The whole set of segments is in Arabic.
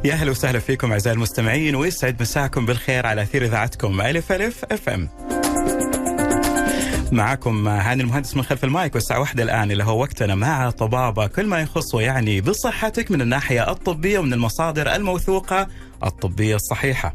يا أهلا وسهلا فيكم أعزائي المستمعين، ويسعد مساكم بالخير على أثير إذاعتكم ألف ألف اف ام. معكم هاني المهندس من خلف المايك، والساعة 1 الآن اللي هو وقتنا مع طبابة، كل ما يخص يعني بصحتك من الناحية الطبية ومن المصادر الموثوقة الطبية الصحيحة.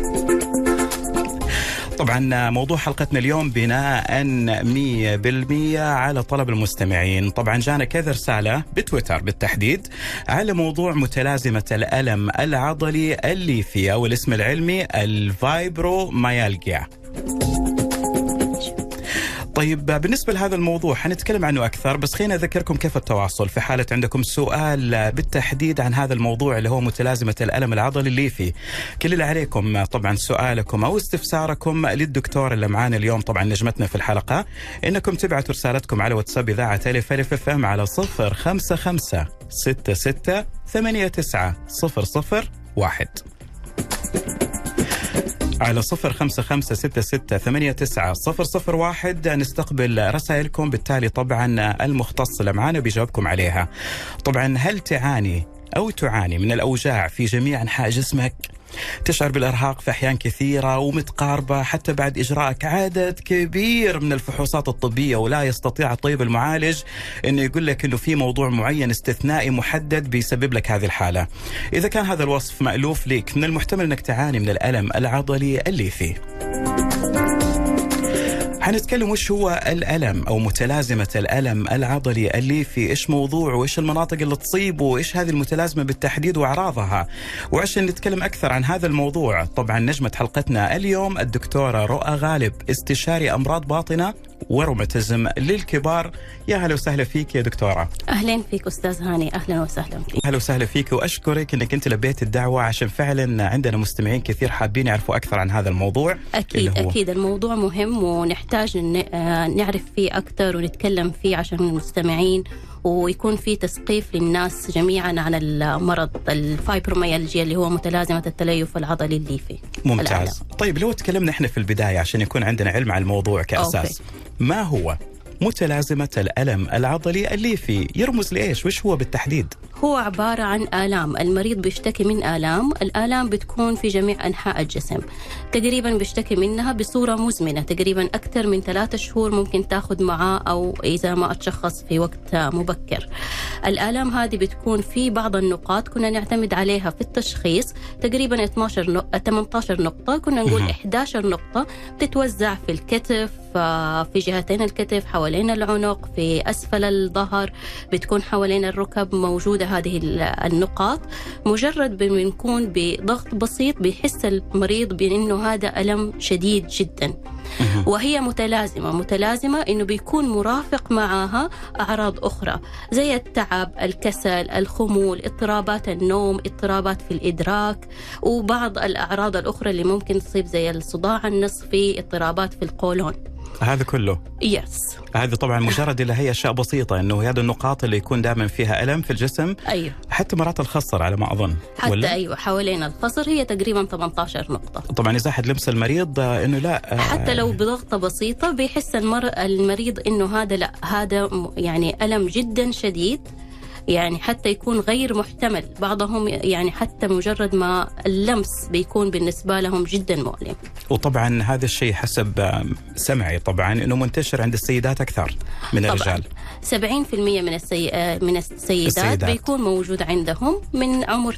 طبعا موضوع حلقتنا اليوم بناء 100% على طلب المستمعين. طبعا جانا كذا رسالة بتويتر بالتحديد على موضوع متلازمة الألم العضلي الليفي أو الاسم العلمي الفايبروميالجيا. طيب بالنسبة لهذا الموضوع حنتكلم عنه أكثر، بس خلينا أذكركم كيف التواصل في حالة عندكم سؤال بالتحديد عن هذا الموضوع اللي هو متلازمة الألم العضلي الليفي. كل اللي عليكم طبعا سؤالكم أو استفساركم للدكتور اللي معانا اليوم، طبعا نجمتنا في الحلقة، إنكم تبعتوا رسالتكم على واتساب إذاعة ألف ألف اف ام على 055-66-89-001 على 055-66-89-001. نستقبل رسائلكم، بالتالي طبعا المختص اللي معانا بيجاوبكم عليها. طبعا هل تعاني أو تعاني من الأوجاع في جميع أنحاء جسمك؟ تشعر بالإرهاق في أحيان كثيرة ومتقاربة حتى بعد إجراءك عدد كبير من الفحوصات الطبية، ولا يستطيع الطبيب المعالج أنه يقول لك أنه في موضوع معين استثنائي محدد بيسبب لك هذه الحالة؟ إذا كان هذا الوصف مألوف لك، من المحتمل أنك تعاني من الألم العضلي الليفي. حنتكلم وش هو الألم أو متلازمة الألم العضلي الليفي، إيش موضوع وإيش المناطق اللي تصيبه وإيش هذه المتلازمة بالتحديد وأعراضها. وعشان نتكلم أكثر عن هذا الموضوع طبعا نجمة حلقتنا اليوم الدكتورة رؤى غالب، استشاري أمراض باطنة وروماتيزم للكبار. يا هلا وسهلا فيك يا دكتورة. أهلا فيك أستاذ هاني، أهلا وسهلا فيك. أهلا وسهلا فيك، وأشكرك أنك أنت لبيت الدعوة، عشان فعلا عندنا مستمعين كثير حابين يعرفوا أكثر عن هذا الموضوع. أكيد الموضوع مهم ونحتاج نعرف فيه أكثر ونتكلم فيه عشان المستمعين، ويكون في تثقيف للناس جميعا عن المرض الفايبروميالجيا اللي هو متلازمة التليف العضلي الليفي. ممتاز. الأعلى. طيب لو تكلمنا احنا في البداية عشان يكون عندنا علم على الموضوع كأساس، ما هو متلازمة الألم العضلي الليفي؟ يرمز لإيش؟ وش هو بالتحديد؟ هو عبارة عن آلام، المريض بيشتكي من الآلام بتكون في جميع أنحاء الجسم، تقريبا بيشتكي منها بصورة مزمنة، تقريبا أكثر من 3 شهور ممكن تاخد معاه أو إذا ما أتشخص في وقت مبكر. الآلام هذه بتكون في بعض النقاط كنا نعتمد عليها في التشخيص، تقريبا 18 نقطة، كنا نقول 11 نقطة بتتوزع في الكتف، في جهتين الكتف، حوالين العنق، في أسفل الظهر، بتكون حوالين الركب موجودة هذه النقاط. مجرد بنكون بضغط بسيط بيحس المريض بأنه هذا ألم شديد جدا، وهي متلازمة إنه بيكون مرافق معها أعراض أخرى زي التعب، الكسل، الخمول، اضطرابات النوم، اضطرابات في الإدراك، وبعض الأعراض الأخرى اللي ممكن تصيب زي الصداع النصفي، اضطرابات في القولون. هذا كله يس. هذا طبعا مجرد اللي هي أشياء بسيطة، إنه هذه النقاط اللي يكون دائما فيها ألم في الجسم. أيوه. حتى مرات الخصر على ما أظن. حتى ولا؟ أيوه، حوالين الخصر هي تقريبا 18 نقطة. طبعا إذا أحد لمس المريض إنه لا، حتى لو بضغطة بسيطة بيحس المريض إنه هذا يعني ألم جدا شديد، يعني حتى يكون غير محتمل. بعضهم يعني حتى مجرد ما اللمس بيكون بالنسبة لهم جدا مؤلم. وطبعا هذا الشيء حسب سمعي طبعا انه منتشر عند السيدات اكثر من الرجال. 70% من السيدات بيكون موجود عندهم من عمر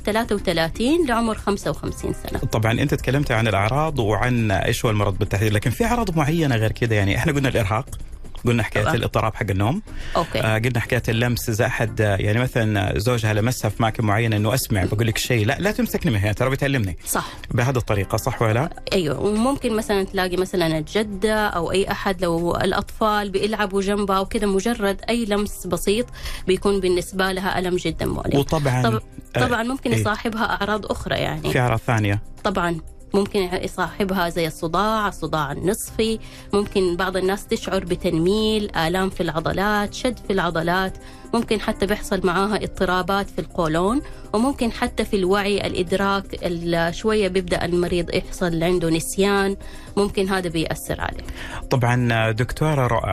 33 لعمر 55 سنة. طبعا انت تكلمت عن الاعراض وعن ايش هو المرض بالتحديد، لكن في اعراض معينة غير كذا. يعني احنا قلنا الارهاق، قلنا حكاية الاضطراب حق النوم، قلنا حكاية اللمس، إذا أحد يعني مثلا زوجها لمسها في أماكن معينة إنه أسمع بقول لك شيء، لا تمسكني من هنا ترى بتعلمني. صح. بهذه الطريقة، صح ولا؟ أيوة. وممكن مثلا تلاقي مثلا الجدة أو أي أحد لو الأطفال بيلعبوا جنبها وكذا، مجرد أي لمس بسيط بيكون بالنسبة لها ألم جدا مؤلم. وطبعا طبعا ممكن يصاحبها أعراض أخرى، يعني في أعراض ثانية طبعا ممكن يصاحبها زي الصداع النصفي، ممكن بعض الناس تشعر بتنميل، آلام في العضلات، شد في العضلات، ممكن حتى بيحصل معاها اضطرابات في القولون، وممكن حتى في الوعي، الإدراك شوية بيبدأ المريض يحصل عنده نسيان، ممكن هذا بيأثر عليه. طبعا دكتورة رؤى،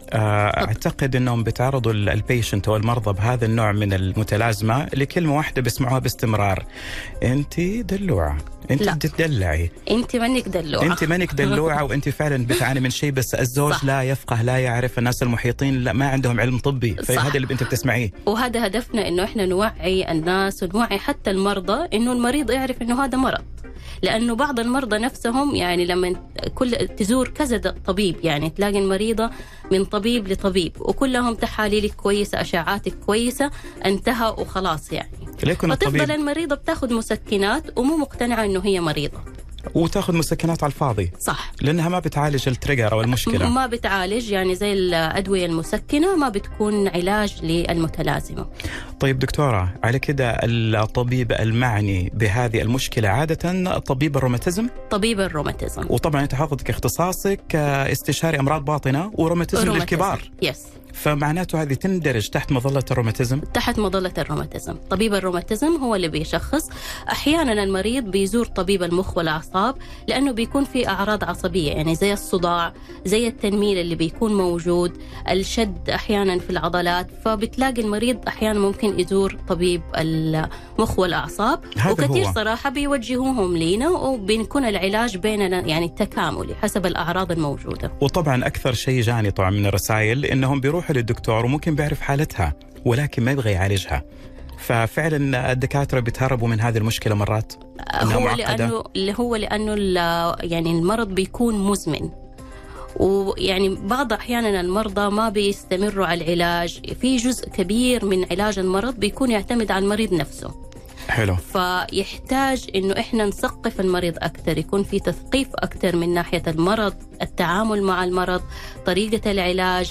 أعتقد أنهم بيتعرضوا البيشنت أو المرضى بهذا النوع من المتلازمة لكلمة واحدة بيسمعوها باستمرار: أنت دلوعة، أنت تدلعي، أنت منك دلوعة، أنت منك دلوعة، وأنت فعلا بتعاني من شيء، بس الزوج صح. لا يفقه، لا يعرف، الناس المحيطين لا ما عندهم علم طبي، فهذا اللي أنت بتسمعيه. وهذا هدفنا، إنه إحنا نوعي الناس ونوعي حتى المرضى إنه المريض يعرف إنه هذا مرض. لأنه بعض المرضى نفسهم يعني لما تزور كذا طبيب، يعني تلاقي المريضة من طبيب لطبيب وكلهم تحاليلك كويسة، أشعاتك كويسة، انتهى وخلاص يعني. فتفضل المريضة بتاخذ مسكنات ومو مقتنعة إنه هي مريضة، وتاخذ مسكنات على الفاضي. صح، لأنها ما بتعالج التريجر أو المشكلة، ما بتعالج، يعني زي الأدوية المسكنة ما بتكون علاج للمتلازمة. طيب دكتورة، على كده الطبيب المعني بهذه المشكلة عادة طبيب الروماتيزم؟ طبيب الروماتيزم. وطبعا أنت حضرتك اختصاصك استشاري أمراض باطنة وروماتيزم للكبار. يس. فمعناته هذه تندرج تحت مظلة الروماتيزم؟ تحت مظلة الروماتيزم. طبيب الروماتيزم هو اللي بيشخص. أحيانا المريض بيزور طبيب المخ والأعصاب لأنه بيكون في أعراض عصبية، يعني زي الصداع، زي التنميل اللي بيكون موجود، الشد أحيانا في العضلات، فبتلاقي المريض أحيانا ممكن يزور طبيب المخ والأعصاب. وكثير هو. صراحة بيوجهوهم لينا وبنكون العلاج بيننا يعني تكاملي حسب الأعراض الموجودة. وطبعا أكثر شيء جاني طبعا من الرسائل إنهم بيروحوا للدكتور وممكن بيعرف حالتها ولكن ما يبغى يعالجها. ففعلا الدكاترة بيتهربوا من هذه المشكلة مرات. هو لأنه يعني المرض بيكون مزمن، ويعني بعض أحيانا المرضى ما بيستمروا على العلاج. في جزء كبير من علاج المرض بيكون يعتمد على المريض نفسه. حلو. فيحتاج إنه إحنا نثقف المريض أكثر، يكون في تثقيف أكثر من ناحية المرض، التعامل مع المرض، طريقة العلاج،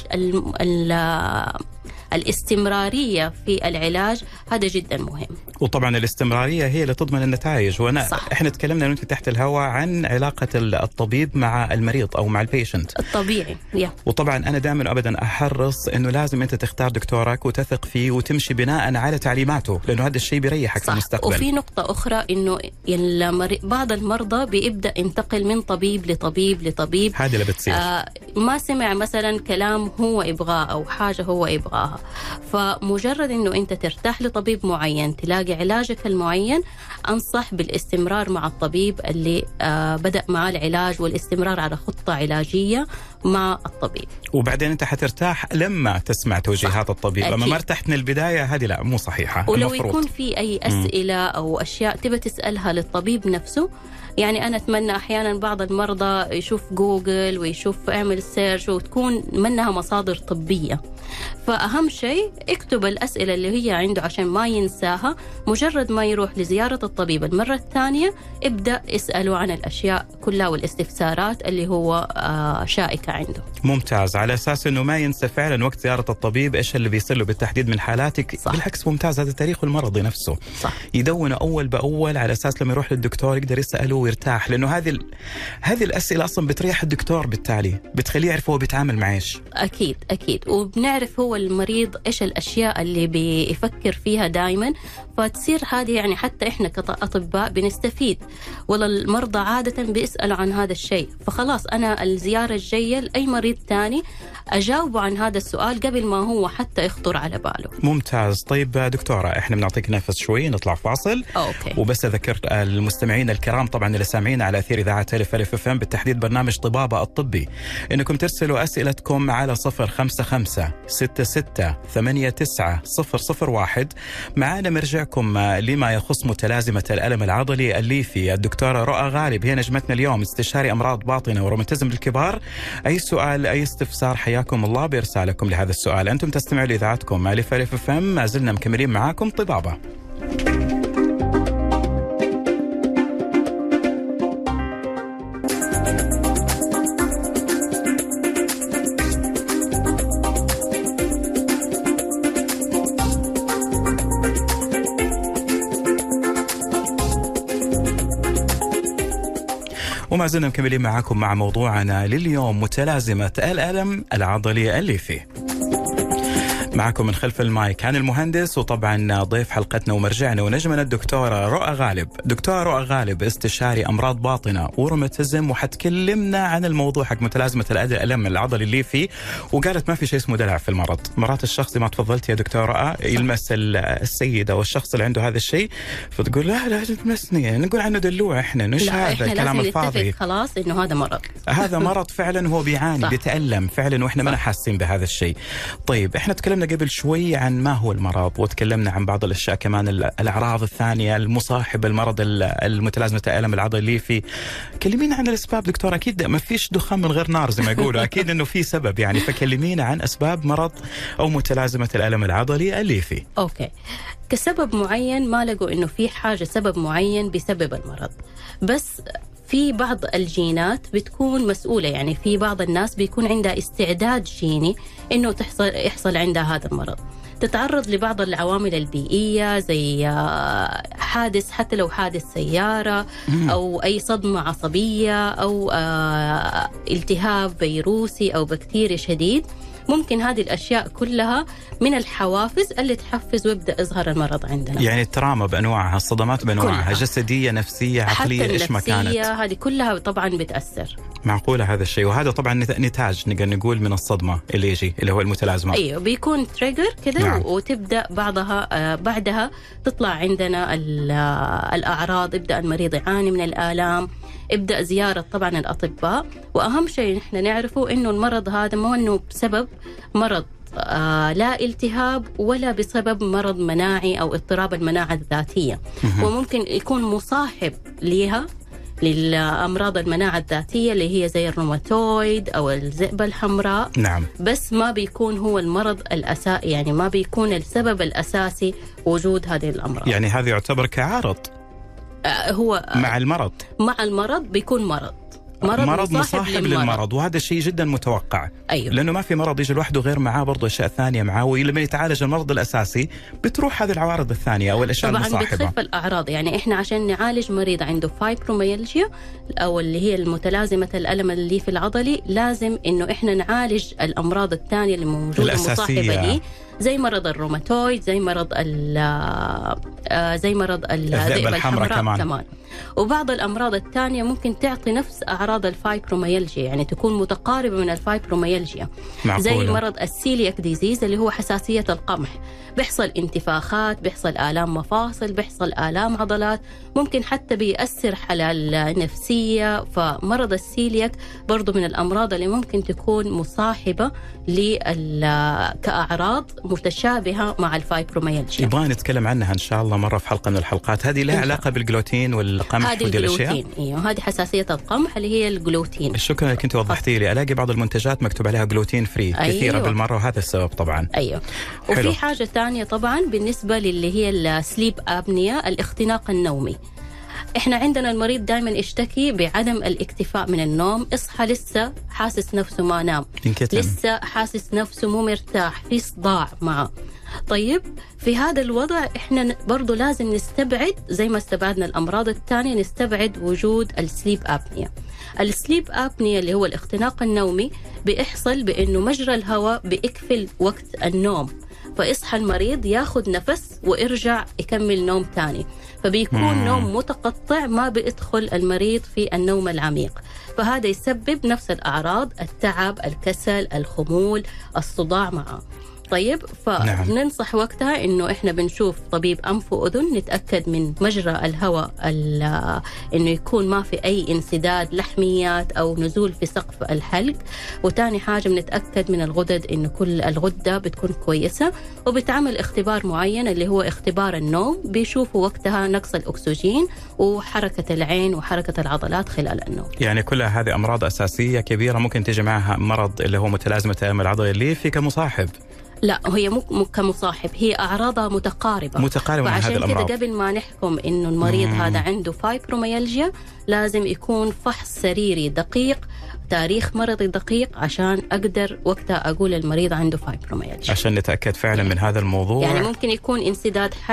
الاستمرارية في العلاج، هذا جدا مهم. وطبعا الاستمرارية هي اللي تضمن النتائج. احنا تكلمنا أنت تحت الهواء عن علاقة الطبيب مع المريض أو مع البيشنت الطبيعي. وطبعا أنا دائما أبدا أحرص أنه لازم أنت تختار دكتورك وتثق فيه وتمشي بناء على تعليمات لأنه هذا الشيء بيريحك في المستقبل. وفي نقطة أخرى إنه بعض المرضى بيبدأ ينتقل من طبيب لطبيب لطبيب. هذه اللي بتصير. ما سمع مثلا كلام هو يبغاه أو حاجة هو يبغاها، فمجرد إنه أنت ترتاح لطبيب معين، تلاقي علاجك المعين، أنصح بالاستمرار مع الطبيب اللي بدأ معه العلاج، والاستمرار على خطة علاجية مع الطبيب. وبعدين أنت حترتاح لما تسمع توجيهات الطبيب. أما ما ارتحت من البداية هذه لا، مو صحيحة. ولو يكون في أي أسئلة أو أشياء تبى تسألها للطبيب نفسه، يعني أنا أتمنى أحيانا بعض المرضى يشوف جوجل ويشوف اعمل سيرش وتكون منها مصادر طبية. فأهم شيء اكتب الأسئلة اللي هي عنده عشان ما ينساها. مجرد ما يروح لزيارة الطبيب المرة الثانية ابدأ اسأله عن الأشياء كلها والاستفسارات اللي هو شائكة عنده. ممتاز، على أساس أنه ما ينسى فعلا وقت زيارة الطبيب إيش اللي بيصير له بالتحديد من حالاتك. صح. بالعكس ممتاز، هذا تاريخه المرضي نفسه. صح. يدونه أول بأول على أساس لما يروح للدكتور يقدر يسأله ويرتاح، لأنه هذه الأسئلة أصلا بتريح الدكتور، بالتالي بتخليه يعرف هو بيتعامل مع إيش. أكيد وبنعرف هو المريض إيش الأشياء اللي بيفكر فيها دائما، فتصير هذه يعني حتى إحنا كأطباء بنستفيد. ولا المرضى عادة بيسألوا عن هذا الشيء، فخلاص أنا الزيارة الجاية لأي مريض تاني أجاوبه عن هذا السؤال قبل ما هو حتى يخطر على باله. ممتاز. طيب دكتورة، إحنا بنعطيك نفس شوي نطلع فاصل. أوكي. وبس أذكر المستمعين الكرام طبعا اللي سامعين على أثير إذاعة ألف FM بالتحديد برنامج طبابة الطبي، إنكم ترسلوا أسئلتكم على 055-66-89-001. معانا مرجعكم لما يخص متلازمة الألم العضلي الليفي. الدكتورة رؤى غالب هي نجمتنا اليوم، استشاري أمراض باطنة وروماتيزم للكبار. أي سؤال أي استفسار حياكم الله بإرسالكم لهذا السؤال. أنتم تستمعوا لإذاعتكم ألف FM، ما زلنا مكملين معاكم طبابة. وما زلنا مكملين معاكم مع موضوعنا لليوم، متلازمة الألم العضلي الليفي. معكم من خلف المايك عن المهندس، وطبعا ضيف حلقتنا ومرجعنا ونجمنا الدكتورة رؤى غالب. دكتورة رؤى غالب استشاري أمراض باطنة وروماتيزم، وحتكلمنا عن الموضوع حق متلازمة الألم العضلي اللي فيه. وقالت ما في شيء اسمه دلع في المرض. مرات الشخص زي ما تفضلت يا دكتورة رؤى يلمس السيدة والشخص اللي عنده هذا الشيء فتقول لا تلمسني، نقول عنه دلوع، احنا نش هذا الكلام الفاضي. خلاص انه هذا مرض. هذا مرض فعلا، هو بيعاني بيتألم فعلا، واحنا ما حاسين بهذا الشيء. طيب احنا تكلمنا قبل شوي عن ما هو المرض، وتكلمنا عن بعض الاشياء كمان، الاعراض الثانيه المصاحبه المرض المتلازمه الالم العضلي اللي فيه. كلمينا عن الاسباب دكتور. اكيد ما فيش دخان من غير نار زي ما يقولوا، اكيد انه في سبب يعني، فكلمينا عن اسباب مرض او متلازمه الالم العضلي اللي فيه. اوكي، كسبب معين ما لقوا انه في حاجه سبب معين بسبب المرض، بس في بعض الجينات بتكون مسؤولة. يعني في بعض الناس بيكون عندها استعداد جيني إنه يحصل عندها هذا المرض. تتعرض لبعض العوامل البيئية زي حادث، حتى لو حادث سيارة أو أي صدمة عصبية أو التهاب فيروسي أو بكتيري شديد. ممكن هذه الأشياء كلها من الحوافز اللي تحفز ويبدأ يظهر المرض عندنا. يعني التراما بأنواعها، الصدمات بأنواعها كلها. جسدية، نفسية، عقلية، إيش ما كانت، هذه كلها طبعا بتأثر. معقولة هذا الشيء، وهذا طبعا نتاج نقدر نقول من الصدمة اللي يجي اللي هو المتلازمة. أيوه، بيكون تريجر كده. نعم. وتبدأ بعدها تطلع عندنا الأعراض. يبدأ المريض يعاني من الآلام، ابدأ زيارة طبعا الأطباء. وأهم شيء نحن نعرفه إنه المرض هذا مو إنه بسبب مرض لا التهاب ولا بسبب مرض مناعي أو اضطراب المناعة الذاتية. وممكن يكون مصاحب ليها للأمراض المناعة الذاتية اللي هي زي الروماتويد أو الذئبة الحمراء. نعم. بس ما بيكون هو المرض الأساسي، يعني ما بيكون السبب الأساسي وجود هذه الأمراض. يعني هذا يعتبر كعارض هو مع المرض بيكون مرض مصاحب للمرض، وهذا الشيء جدا متوقع. أيوه. لأنه ما في مرض يجي لوحده غير معاه برضه أشياء ثانية معاه، ولما يتعالج المرض الأساسي بتروح هذه العوارض الثانية أو الأشياء المصاحبة. طبعا بتخف الأعراض. يعني إحنا عشان نعالج مريض عنده فايبروميالجيا أو اللي هي المتلازمة الألم اللي في العضلي، لازم إنه إحنا نعالج الأمراض الثانية اللي موجودة مصاحبة ليه، زي مرض الروماتويد، زي مرض الذئبة الحمراء كمان. وبعض الأمراض الثانية ممكن تعطي نفس أعراض الفايبروميالجيا، يعني تكون متقاربة من الفايبروميالجيا. زي مرض السيلياك ديزيز اللي هو حساسية القمح. بيحصل انتفاخات، بيحصل آلام مفاصل، بيحصل آلام عضلات، ممكن حتى بيأثر على النفسية. فمرض السيلياك برضو من الأمراض اللي ممكن تكون مصاحبة كأعراض متشابهة مع الفايبروميالجيا. يبغى نتكلم عنها إن شاء الله مرة في حلقة من الحلقات. هذه لها علاقة بالجلوتين والقمح ودي الأشياء. ايوه، هذه حساسية القمح اللي هي الجلوتين. شكرا لك، انت وضحتي لي. الاقي بعض المنتجات مكتوب عليها جلوتين فري. أيوة. كثيرة بالمرة، وهذا السبب طبعا. ايوه. وفي حاجة ثانية طبعا بالنسبة للي هي السليب ابنيا، الاختناق النومي. احنا عندنا المريض دائما يشتكي بعدم الاكتفاء من النوم، اصحى لسه حاسس نفسه ما نام، لسه حاسس نفسه مو مرتاح، في صداع معه. طيب في هذا الوضع احنا برضو لازم نستبعد، زي ما استبعدنا الأمراض الثانية، نستبعد وجود السليب أبنيا. السليب أبنيا اللي هو الاختناق النومي بيحصل بأنه مجرى الهواء بيقفل وقت النوم، فيصحى المريض ياخد نفس ويرجع يكمل نوم تاني، فبيكون نوم متقطع، ما بيدخل المريض في النوم العميق. فهذا يسبب نفس الأعراض، التعب، الكسل، الخمول، الصداع معه. طيب فننصح وقتها إنه إحنا بنشوف طبيب أنف وأذن، نتأكد من مجرى الهواء إنه يكون ما في أي انسداد لحميات أو نزول في سقف الحلق. وتاني حاجة بنتأكد من الغدد إنه كل الغدة بتكون كويسة، وبتعمل اختبار معين اللي هو اختبار النوم، بيشوفوا وقتها نقص الأكسجين وحركة العين وحركة العضلات خلال النوم. يعني كلها هذه أمراض أساسية كبيرة ممكن تيجي معها مرض اللي هو متلازمة الألم العضلي اللي في كمصاحب. لا، هي مو كمصاحب، هي أعراضها متقاربة من هذه الأمراض. فعشان كده قبل ما نحكم إنه المريض هذا عنده فايبروميالجيا لازم يكون فحص سريري دقيق، تاريخ مرضي دقيق، عشان أقدر وقتها أقول المريض عنده فايبروميالجيا، عشان نتأكد فعلا من هذا الموضوع. يعني ممكن يكون انسداد حلق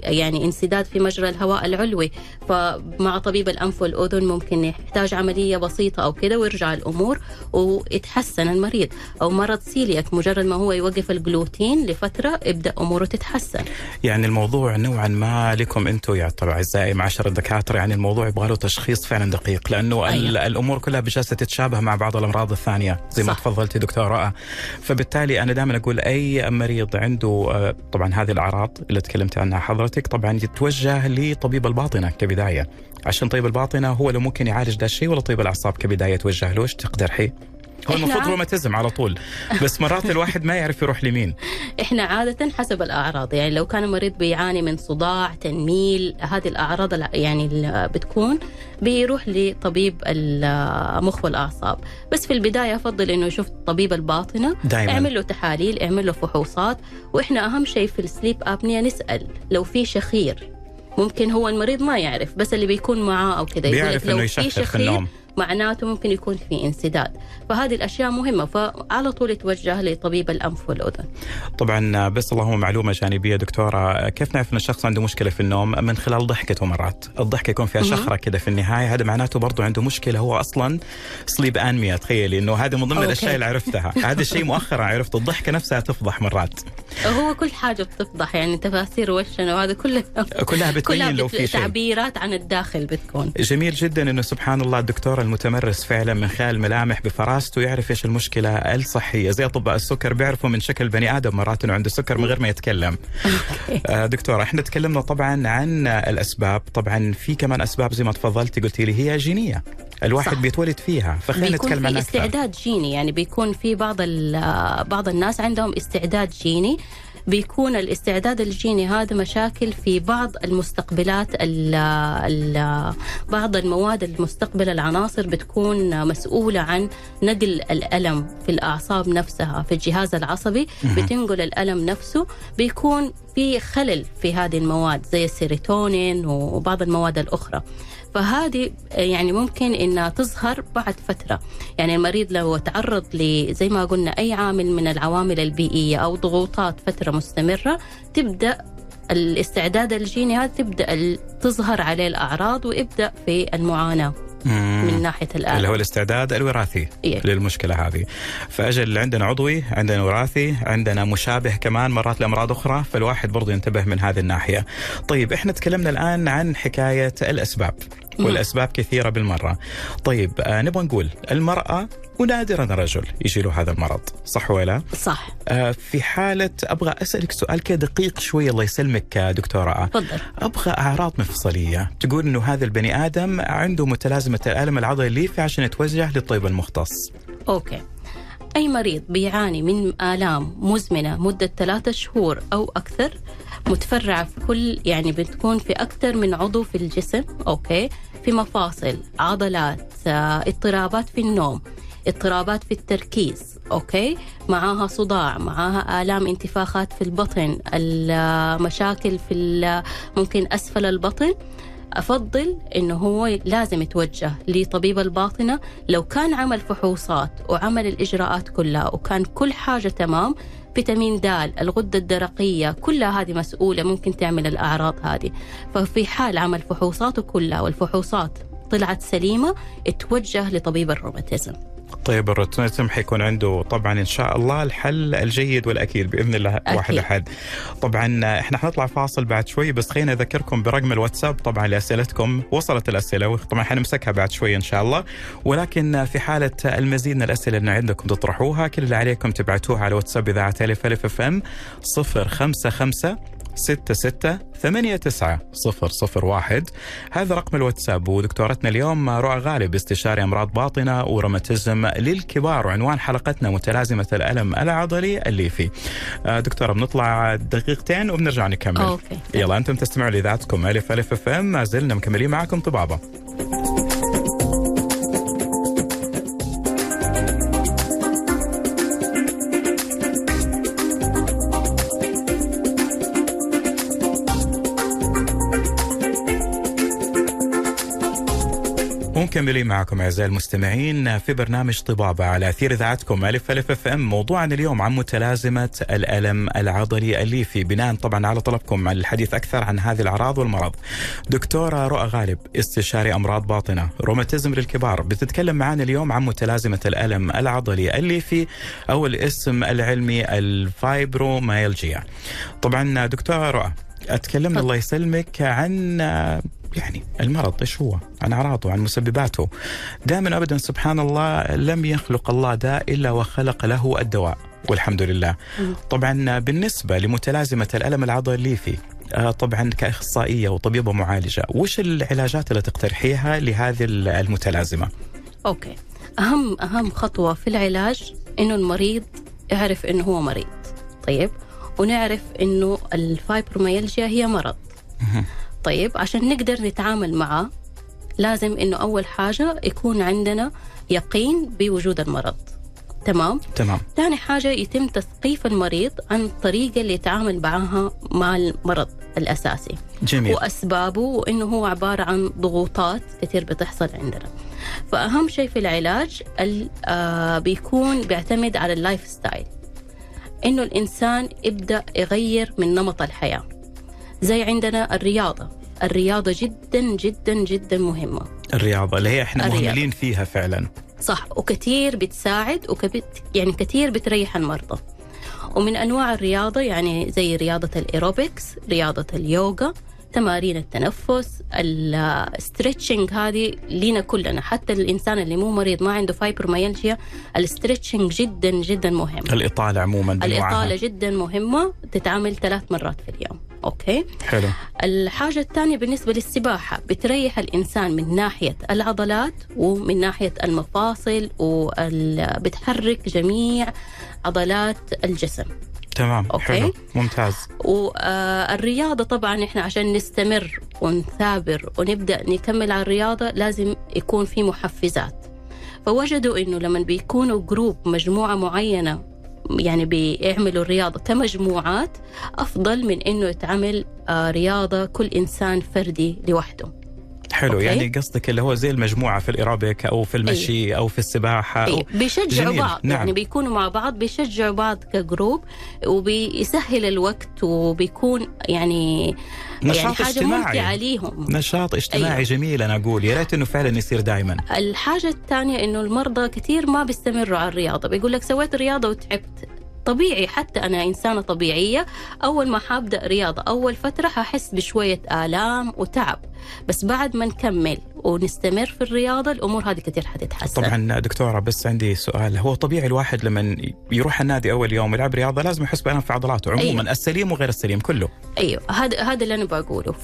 يعني انسداد في مجرى الهواء العلوي، فمع طبيب الأنف والأذن ممكن يحتاج عملية بسيطة أو كده ويرجع الأمور ويتحسن المريض. أو مرض سيلياك مجرد ما هو يوقف الجلوتين لفترة يبدأ أموره تتحسن. يعني الموضوع نوعا ما لكم أنتم يا طبعا أعزائي معاشر الدكاترة، يعني الموضوع يبغى له تشخيص فعلا دقيق، لأنه الأمور كلها بجلسة تتشابه مع بعض الأمراض الثانية زي ما تفضلتي دكتور رؤى. فبالتالي أنا دائما أقول أي مريض عنده طبعا هذه الأعراض اللي تكلمت عنها حضرتك طبعا يتوجه لطبيب الباطنة كبداية، عشان طبيب الباطنة هو اللي ممكن يعالج ده الشيء، ولا طبيب الأعصاب كبداية يتوجه له؟ ايش تقترحي؟ هو المفروض روماتيزم على طول، بس مرات الواحد ما يعرف يروح لمين. احنا عادة حسب الأعراض، يعني لو كان المريض بيعاني من صداع، تنميل، هذه الأعراض يعني اللي بتكون بيروح لطبيب المخ والأعصاب. بس في البداية أفضل إنه يشوف طبيب الباطنة دايماً. اعمل له تحاليل، اعمل له فحوصات. وإحنا أهم شيء في السليب أبنيا نسأل لو في شخير. ممكن هو المريض ما يعرف، بس اللي بيكون معاه أو كده بيعرف إنه يشخر في النوم، معناته ممكن يكون في انسداد. فهذه الأشياء مهمة، فعلى طول يتوجه لطبيب الأنف والأذن. طبعا بس اللهم معلومة جانبية دكتورة، كيف نعرف أن الشخص عنده مشكلة في النوم؟ من خلال ضحكته. مرات الضحكة يكون فيها شخرة كده في النهاية، هذا معناته برضو عنده مشكلة، هو أصلا سليب أنميا. تخيلي أنه هذا من ضمن الأشياء اللي عرفتها. هذا الشيء مؤخرا عرفت، الضحكة نفسها تفضح مرات. هو كل حاجة بتفضح، يعني تفاسير وشنا وهذا كلها بتبين لو في شيء، تعبيرات عن الداخل بتكون. جميل جدا انه سبحان الله الدكتور المتمرس فعلا من خلال ملامح بفراسته يعرف ايش المشكله الصحيه، زي اطباء السكر بيعرفوا من شكل بني ادم مرات انه عنده سكر من غير ما يتكلم. دكتوره احنا تكلمنا طبعا عن الاسباب، طبعا في كمان اسباب زي ما تفضلتي قلتي لي هي جينيه، الواحد بيتولد فيها، فخلينا نتكلم عنها. استعداد جيني، يعني بيكون في بعض الناس عندهم استعداد جيني. بيكون الاستعداد الجيني هذا مشاكل في بعض المستقبلات، بعض المواد المستقبلة، العناصر بتكون مسؤولة عن نقل الألم في الأعصاب نفسها، في الجهاز العصبي بتنقل الألم نفسه. بيكون في خلل في هذه المواد زي السيروتونين وبعض المواد الأخرى. فهذه يعني ممكن إنها تظهر بعد فترة. يعني المريض لو تعرض زي ما قلنا أي عامل من العوامل البيئية أو ضغوطات فترة مستمرة، تبدأ الاستعداد الجيني هذا تبدأ تظهر عليه الأعراض ويبدأ في المعاناة من ناحية الآلام، اللي هو الاستعداد الوراثي للمشكلة هذه. فأجل عندنا عضوي، عندنا وراثي، عندنا مشابه كمان مرات لأمراض أخرى، فالواحد برضو ينتبه من هذه الناحية. طيب احنا تكلمنا الآن عن حكاية الأسباب، والأسباب كثيرة بالمرة. طيب نبغى نقول المرأة ونادرا الرجل يجي له هذا المرض، صح ولا؟ صح. في حالة أبغى أسألك سؤال كده دقيق شوي، الله يسلمك دكتورة. تفضل. أبغى أعراض مفصلية تقول إنه هذا البني آدم عنده متلازمة الألم العضلي الليفي عشان يتوجه للطبيب المختص. أوكي. أي مريض بيعاني من آلام مزمنة مدة 3 شهور أو أكثر، متفرعة في كل، يعني بتكون في أكثر من عضو في الجسم، أوكي، في مفاصل، عضلات، اضطرابات في النوم، اضطرابات في التركيز، أوكي، معاها صداع، معاها آلام انتفاخات في البطن، المشاكل في ممكن أسفل البطن، أفضل إنه هو لازم يتوجه لطبيب الباطنة. لو كان عمل فحوصات وعمل الإجراءات كلها وكان كل حاجة تمام، فيتامين د، الغدة الدرقية، كلها هذه مسؤولة ممكن تعمل الأعراض هذه. ففي حال عمل فحوصاته كلها والفحوصات طلعت سليمة، اتوجه لطبيب الروماتيزم. طيب الروماتيزم حيكون عنده طبعا إن شاء الله الحل الجيد والأكيد بإذن الله. واحد أحد. طبعا إحنا حنطلع فاصل بعد شوي، بس خلينا أذكركم برقم الواتساب طبعا لأسئلتكم. وصلت الأسئلة وطبعا حنمسكها بعد شوي إن شاء الله، ولكن في حالة المزيد من الأسئلة اللي عندكم تطرحوها، كل اللي عليكم تبعتوها على واتساب إذاعة ألف FM 055 66 89 001. هذا رقم الواتساب. ودكتورتنا اليوم رؤى غالب، استشاري أمراض باطنة وروماتيزم للكبار، وعنوان حلقتنا متلازمة الألم العضلي الليفي. دكتورة بنطلع دقيقتين وبنرجع نكمل. أوكي. يلا أنتم تستمعوا لإذاعتكم ألف FM، ما زلنا مكملين معكم طبابة. ومكملين معكم أعزائي المستمعين في برنامج طبابة على أثير إذاعتكم ألف ألف اف ام. موضوعنا اليوم عن متلازمة الألم العضلي الليفي، بناء طبعا على طلبكم على الحديث أكثر عن هذه الأعراض والمرض. دكتورة رؤى غالب، استشاري أمراض باطنة روماتيزم للكبار، بتتكلم معنا اليوم عن متلازمة الألم العضلي الليفي أو الاسم العلمي الفايبروميالجيا. طبعا دكتورة رؤى، أتكلمنا الله يسلمك عن يعني المرض ايش هو، عن اعراضه، عن مسبباته. دائما ابدا سبحان الله لم يخلق الله داء الا وخلق له الدواء، والحمد لله. طبعا بالنسبه لمتلازمه الالم العضلي الليفي، طبعا كاخصائيه وطبيبه معالجه، وش العلاجات اللي تقترحيها لهذه المتلازمه؟ اوكي، اهم خطوه في العلاج انه المريض يعرف انه هو مريض، طيب، ونعرف انه الفايبروميالجيا هي مرض. طيب، عشان نقدر نتعامل معه لازم إنه أول حاجة يكون عندنا يقين بوجود المرض. تمام. ثاني حاجة يتم تثقيف المريض عن الطريقة اللي يتعامل معها مع المرض الأساسي. جميل. وأسبابه، وإنه هو عبارة عن ضغوطات كثير بتحصل عندنا. فأهم شيء في العلاج بيعتمد على اللايف ستايل، إنه الإنسان يبدأ يغير من نمط الحياة. زي عندنا الرياضة جدا جدا جدا مهمة. الرياضة اللي هي احنا مهملين فيها فعلا. صح، وكثير بتساعد يعني كثير بتريح المرضى. ومن أنواع الرياضة يعني زي رياضة الإيروبكس، رياضة اليوغا، تمارين التنفس، الستريتشنج، هذه لينا كلنا، حتى الإنسان اللي مو مريض ما عنده فايبروميالجيا الستريتشنج جدا جدا مهم. الإطالة عموما بنوعها. الإطالة جدا مهمة، تتعمل 3 مرات في اليوم. أوكي. حلو. الحاجة الثانية بالنسبة للسباحة، بتريح الإنسان من ناحية العضلات ومن ناحية المفاصل، وبتحرك جميع عضلات الجسم. تمام. أوكي. حلو، ممتاز. والرياضة طبعا إحنا عشان نستمر ونثابر ونبدأ نكمل على الرياضة لازم يكون في محفزات. فوجدوا إنه لما بيكونوا جروب، مجموعة معينة، يعني بيعملوا الرياضة كمجموعات، أفضل من إنه يتعمل رياضة كل إنسان فردي لوحده. حلو. أوكي. يعني قصدك اللي هو زي المجموعة في الإيروبيك أو في المشي أو في السباحة. بيشجعوا بعض. نعم. يعني بيكونوا مع بعض، بيشجعوا بعض كجروب، وبيسهل الوقت، وبيكون يعني حاجة اجتماعي. ممتعة ليهم. نشاط اجتماعي. جميل. أنا أقول يا ريت إنه فعلا يصير دائما. الحاجة الثانية إنه المرضى كثير ما بيستمروا على الرياضة، بيقول لك سويت رياضة وتعبت. طبيعي، حتى أنا إنسانة طبيعية، أول ما حابدأ رياضة أول فترة هحس بشوية آلام وتعب، بس بعد ما نكمل ونستمر في الرياضة الأمور هذه كتير حتتحسن. طبعا دكتورة، بس عندي سؤال. هو طبيعي الواحد لما يروح النادي أول يوم يلعب رياضة لازم يحس بألم في عضلاته عموما. أيوه. السليم وغير السليم كله. أيوه، هذا اللي أنا بقوله.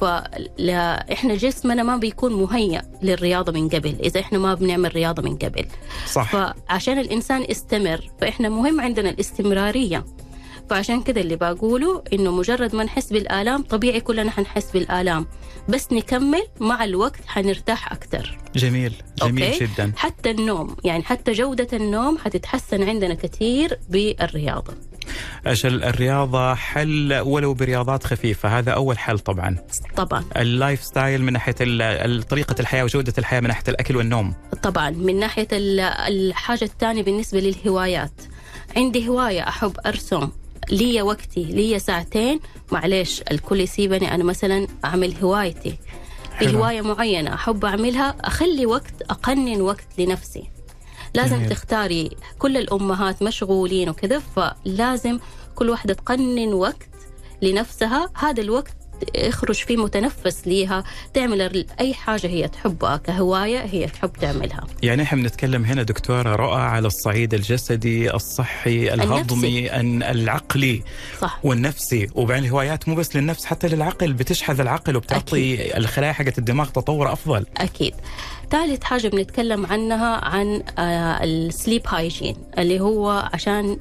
إحنا جسمنا ما بيكون مهيأ للرياضة من قبل إذا إحنا ما بنعمل رياضة من قبل. صح. فعشان الإنسان يستمر، فإحنا مهم عندنا الاستمرارية. فعشان كده اللي بقوله إنه مجرد ما نحس بالآلام، طبيعي كلنا حنحس بالآلام، بس نكمل مع الوقت حنرتاح أكتر. جميل. جميل. أوكي؟ جدا. حتى النوم، يعني حتى جودة النوم حتتحسن عندنا كثير بالرياضة. أجل الرياضة حل ولو برياضات خفيفة، هذا أول حل طبعا. اللايف ستايل من ناحية طريقة الحياة وجودة الحياة من ناحية الأكل والنوم. طبعا. من ناحية الحاجة الثانية بالنسبة للهوايات، عندي هواية أحب أرسم، لي وقتي، لي ساعتين، معليش الكل يسيبني أنا مثلا أعمل هوايتي. في هواية معينة أحب أعملها، أخلي وقت، أقنن وقت لنفسي. لازم تختاري، كل الأمهات مشغولين وكذا، فلازم كل واحدة تقنن وقت لنفسها. هذا الوقت يخرج فيه متنفس ليها، تعمل أي حاجة هي تحبها كهواية هي تحب تعملها. يعني احنا بنتكلم هنا دكتورة رؤى على الصعيد الجسدي، الصحي، الهضمي، العقلي. صح. والنفسي. وبعدين الهوايات مو بس للنفس، حتى للعقل، بتشحذ العقل وبتعطي الخلايا حقت الدماغ تطور أفضل. أكيد. ثالث حاجة بنتكلم عنها عن السليب هايجين، اللي هو عشان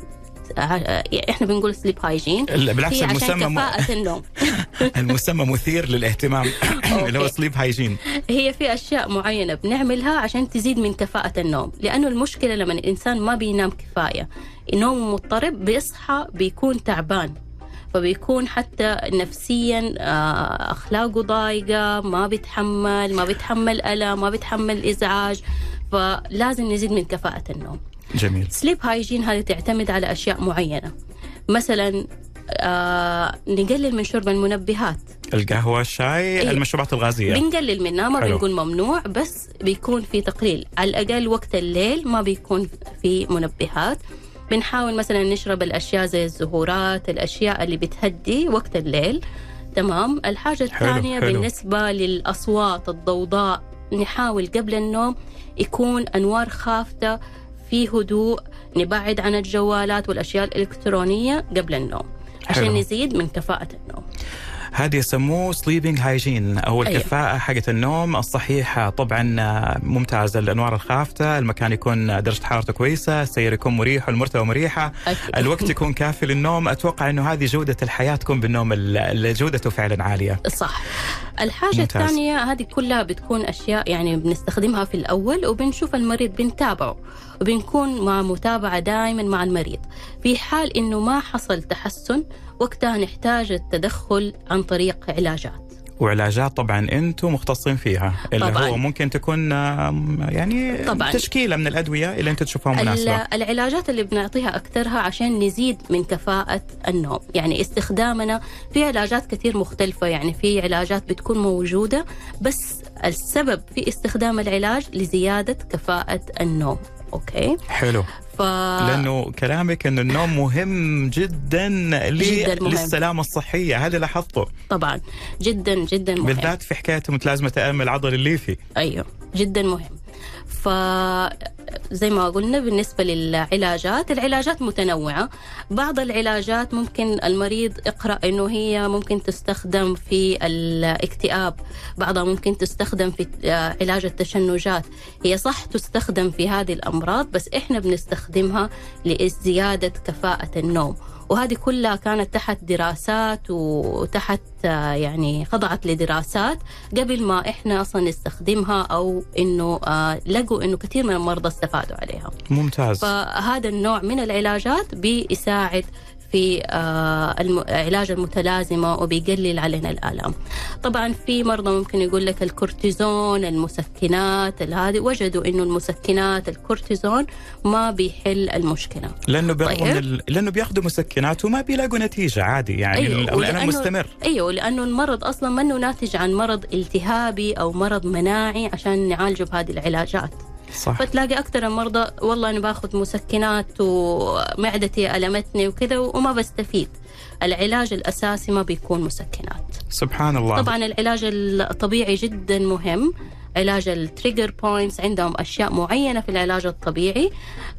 احنا بنقول سليب هايجين، بالعكس المسمى كفاءة النوم. المسمى مثير للاهتمام. اللي هو سليب هايجين. هي في أشياء معينة بنعملها عشان تزيد من كفاءة النوم، لأنه المشكلة لما الإنسان ما بينام كفاية، نوم مضطرب، بيصحى بيكون تعبان، فبيكون حتى نفسيا أخلاقه ضايقة، ما بيتحمل ألم، ما بيتحمل إزعاج، فلازم نزيد من كفاءة النوم. جميل. سليب هايجين هذه تعتمد على أشياء معينة، مثلا نقلل من شرب المنبهات، القهوة، الشاي، المشروبات الغازية بنقلل منها، ما بنقول ممنوع، بس بيكون في تقليل. على الأقل وقت الليل ما بيكون في منبهات. بنحاول مثلا نشرب الأشياء زي الزهورات، الأشياء اللي بتهدي وقت الليل. تمام. الحاجة الثانية بالنسبة للأصوات، الضوضاء، نحاول قبل النوم يكون أنوار خافتة، في هدوء، نبعد عن الجوالات والأشياء الإلكترونية قبل النوم عشان نزيد من كفاءة النوم. هذه يسموه sleeping hygiene أو الكفاءة حقة النوم الصحيحة. طبعا ممتاز. الأنوار الخافتة، المكان يكون درجة حرارته كويسة، السير يكون مريح والمرتبة مريحة، الوقت يكون كافي للنوم. أتوقع أنه هذه جودة الحياة تكون بالنوم اللي جودته فعلا عالية. صح. الحاجة الثانية هذه كلها بتكون أشياء يعني بنستخدمها في الأول، وبنشوف المريض بنتابعه، وبنكون مع متابعة دائما مع المريض. في حال إنه ما حصل تحسن، وقتها نحتاج التدخل عن طريق علاجات. وعلاجات طبعا انتم مختصين فيها، اللي طبعاً هو ممكن تكون يعني طبعاً تشكيلة من الأدوية اللي انتم تشوفوها مناسبة. العلاجات اللي بنعطيها أكثرها عشان نزيد من كفاءة النوم، يعني استخدامنا في علاجات كثير مختلفة. يعني في علاجات بتكون موجودة، بس السبب في استخدام العلاج لزيادة كفاءة النوم. أوكي. حلو. لأنه كلامك أن النوم مهم جدا للسلامة الصحية، هذا لاحظته طبعا جدا جدا مهم، بالذات في حكاية متلازمة الألم العضلي الليفي. أيوه جدا مهم. فزي ما قلنا بالنسبة العلاجات متنوعة. بعض العلاجات ممكن المريض يقرأ إنه هي ممكن تستخدم في الاكتئاب، بعضها ممكن تستخدم في علاج التشنجات. هي صح تستخدم في هذه الأمراض، بس إحنا بنستخدمها لزيادة كفاءة النوم، وهذه كلها كانت تحت دراسات وتحت يعني خضعت لدراسات قبل ما إحنا أصلا نستخدمها، أو إنه لقوا إنه كثير من المرضى استفادوا عليها. ممتاز. فهذا النوع من العلاجات بيساعد في علاج المتلازمة وبيقلل علينا الآلام. طبعا في مرضى ممكن يقول لك الكورتيزون، المسكنات، هذه وجدوا إنه المسكنات، الكورتيزون ما بيحل المشكلة، لأنه لأنه بياخدوا مسكنات وما بيلاقوا نتيجة عادي، يعني الألم مستمر. أيوة، لأنه المرض أصلا منه ناتج عن مرض التهابي أو مرض مناعي عشان نعالجه بهذه العلاجات. صح. فتلاقي أكثر المرضى والله أنا باخذ مسكنات ومعدتي ألمتني وكذا وما بستفيد. العلاج الأساسي ما بيكون مسكنات. سبحان الله. طبعا العلاج الطبيعي جدا مهم. علاج التريجر بوينتس عندهم أشياء معينة في العلاج الطبيعي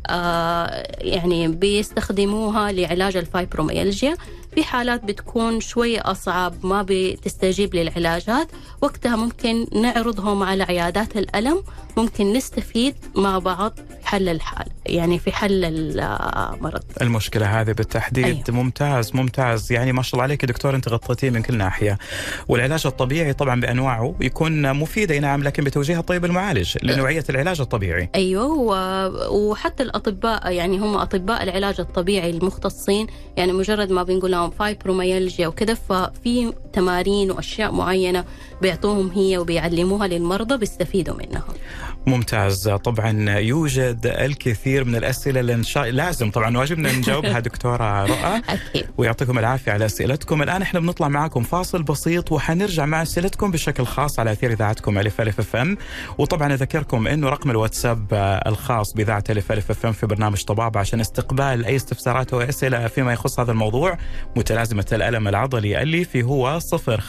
يعني بيستخدموها لعلاج الفايبروميالجيا. في حالات بتكون شوية أصعب ما بتستجيب للعلاجات، وقتها ممكن نعرضهم على عيادات الألم، ممكن نستفيد مع بعض في حل الحال، يعني في حل المرض، المشكلة هذه بالتحديد. أيوه. ممتاز. يعني ما شاء الله عليك دكتور، أنت غطيتيه من كل ناحية. والعلاج الطبيعي طبعا بأنواعه يكون مفيد، نعم، لكن بتوجيه الطبيب المعالج لنوعية العلاج الطبيعي. أيوه. وحتى الأطباء، يعني هم أطباء العلاج الطبيعي المختصين، يعني مجرد ما بنقول لهم فايبروميالجيا وكذا، ففي تمارين وأشياء معينة بيعطوهم هي وبيعلموها للمرضى بيستفيدوا منها. ممتاز. طبعا يوجد الكثير من الأسئلة اللي لازم طبعا واجبنا نجاوبها دكتورة رؤى. أكيد. ويعطيكم العافية على أسئلتكم. الآن احنا بنطلع معكم فاصل بسيط، وحنرجع مع أسئلتكم بشكل خاص على أثير إذاعتكم ألف ألف اف ام. وطبعا أذكركم إنه رقم الواتساب الخاص بإذاعة ألف ألف اف ام في برنامج طبابة عشان استقبال أي استفسارات وأسئلة فيما يخص هذا الموضوع، متلازمة الألم العضلي الليفي، هو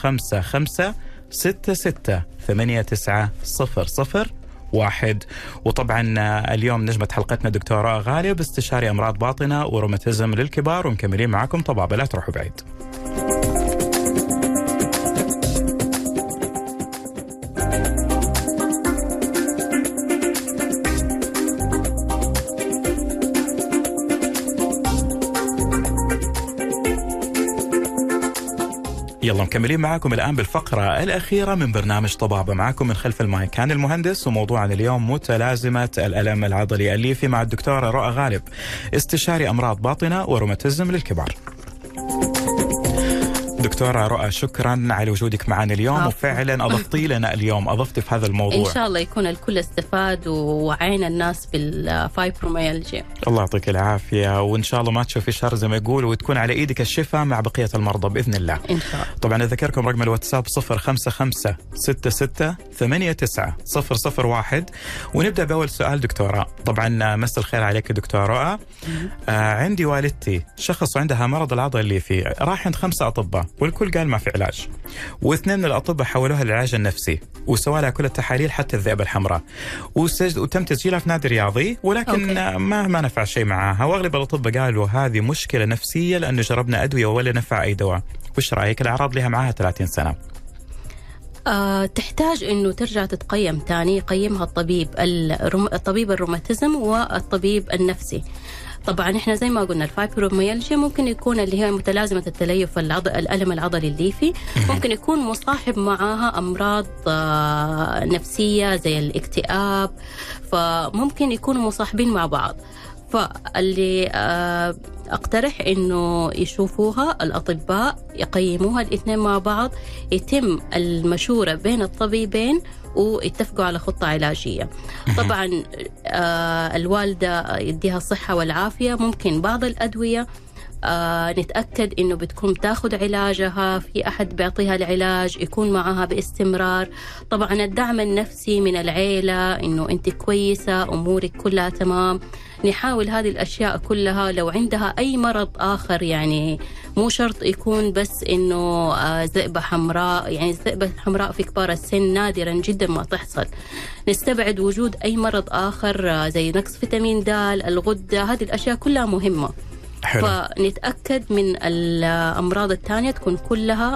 055-66-89-00-1. وطبعا اليوم نجمة حلقتنا دكتورة غالب، استشاري أمراض باطنة وروماتيزم للكبار، ومكملين معكم طبابة، لا تروحوا بعيد. يلا مكملين معكم الآن بالفقرة الأخيرة من برنامج طبابة. معكم من خلف المايك كان المهندس، وموضوعنا اليوم متلازمة الألم العضلي الليفي مع الدكتورة رؤى غالب، استشاري أمراض باطنة وروماتيزم للكبار. دكتورة رؤى، شكرا على وجودك معنا اليوم، وفعلا أضفتي لنا اليوم، أضفتي في هذا الموضوع. إن شاء الله يكون الكل استفاد ووعينا الناس بالفايبروميالجيا. الله يعطيك العافية، وإن شاء الله ما تشوفي شر زي ما يقول، وتكون على إيدك الشفاء مع بقية المرضى بإذن الله. إن شاء الله. طبعا أذكركم رقم الواتساب 0556680001. ونبدأ بأول سؤال دكتورة. طبعا مساء الخير عليك دكتورة رؤى. عندي والدتي شخص عندها مرض العضلة الليفي، راح عند 5 أطباء والكل قال ما في علاج، و2 من الأطباء حولوها للعلاج النفسي وسوى لها كل التحاليل حتى الذئبة الحمراء، وتم تسجيلها في نادي رياضي، ولكن ما نفع شيء معها. واغلب الأطباء قالوا هذه مشكلة نفسية لأنه جربنا أدوية ولا نفع أي دواء. وش رأيك؟ الأعراض لها معها 30 سنة. تحتاج انه ترجع تتقيم تاني، يقيمها الطبيب الروماتيزم والطبيب النفسي. طبعا احنا زي ما قلنا الفايبروميالجيا ممكن يكون اللي هي متلازمة التليف الألم العضلي الليفي، ممكن يكون مصاحب معها أمراض نفسية زي الاكتئاب، فممكن يكونوا مصاحبين مع بعض. فاللي أقترح إنه يشوفوها الأطباء، يقيموها الاثنين مع بعض، يتم المشورة بين الطبيبين ويتفقوا على خطة علاجية. طبعا الوالدة يديها الصحة والعافية. ممكن بعض الأدوية نتأكد إنه بتكون تاخد علاجها، في أحد بيعطيها العلاج، يكون معها باستمرار. طبعا الدعم النفسي من العيلة، إنه أنت كويسة، أمورك كلها تمام. نحاول هذه الأشياء كلها. لو عندها أي مرض آخر، يعني مو شرط يكون بس إنه ذئبة حمراء، يعني الذئبة الحمراء في كبار السن نادرا جدا ما تحصل. نستبعد وجود أي مرض آخر زي نقص فيتامين د، الغدة، هذه الأشياء كلها مهمة. حلو. فنتأكد من الأمراض الثانية تكون كلها